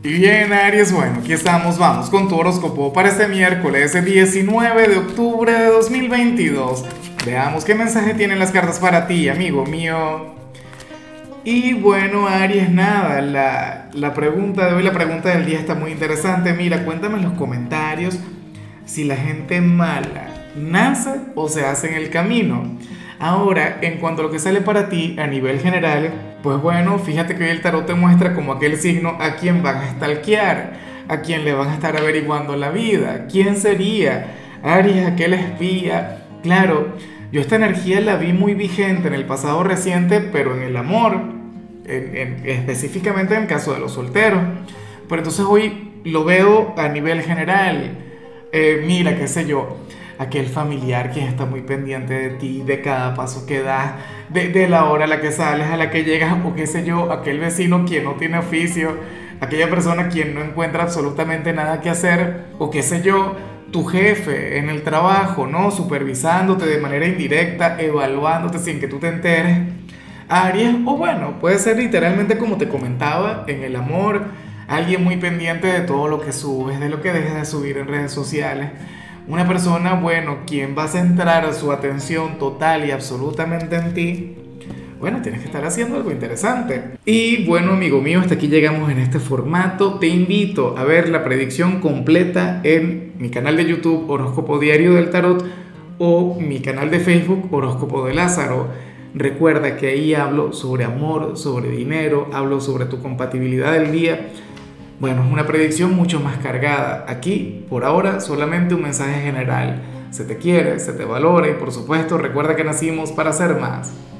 Y bien, Aries, bueno, aquí estamos, vamos con tu horóscopo para este miércoles, el 19 de octubre de 2022. Veamos qué mensaje tienen las cartas para ti, amigo mío. Y bueno, Aries, nada, la pregunta de hoy, la pregunta del día está muy interesante. Mira, cuéntame en los comentarios si la gente mala nace o se hace en el camino. Ahora, en cuanto a lo que sale para ti a nivel general, pues bueno, fíjate que hoy el tarot te muestra como aquel signo a quien van a stalkear, a quien le van a estar averiguando la vida. ¿Quién sería? Aries, aquel espía. Claro, yo esta energía la vi muy vigente en el pasado reciente, pero en el amor, específicamente en el caso de los solteros. Pero entonces hoy lo veo a nivel general. Mira, qué sé yo, aquel familiar que está muy pendiente de ti, de cada paso que das, de la hora a la que sales, a la que llegas, o qué sé yo, aquel vecino quien no tiene oficio, aquella persona quien no encuentra absolutamente nada que hacer, o qué sé yo, tu jefe en el trabajo, ¿no? Supervisándote de manera indirecta, evaluándote sin que tú te enteres. Aries, o bueno, puede ser literalmente como te comentaba, en el amor, alguien muy pendiente de todo lo que subes, de lo que dejas de subir en redes sociales. Una persona, bueno, quien va a centrar su atención total y absolutamente en ti. Bueno, tienes que estar haciendo algo interesante. Y bueno, amigo mío, hasta aquí llegamos en este formato. Te invito a ver la predicción completa en mi canal de YouTube Horóscopo Diario del Tarot o mi canal de Facebook Horóscopo de Lázaro. Recuerda que ahí hablo sobre amor, sobre dinero, hablo sobre tu compatibilidad del día. Bueno, es una predicción mucho más cargada. Aquí, por ahora, solamente un mensaje general. Se te quiere, se te valora y por supuesto, recuerda que nacimos para ser más.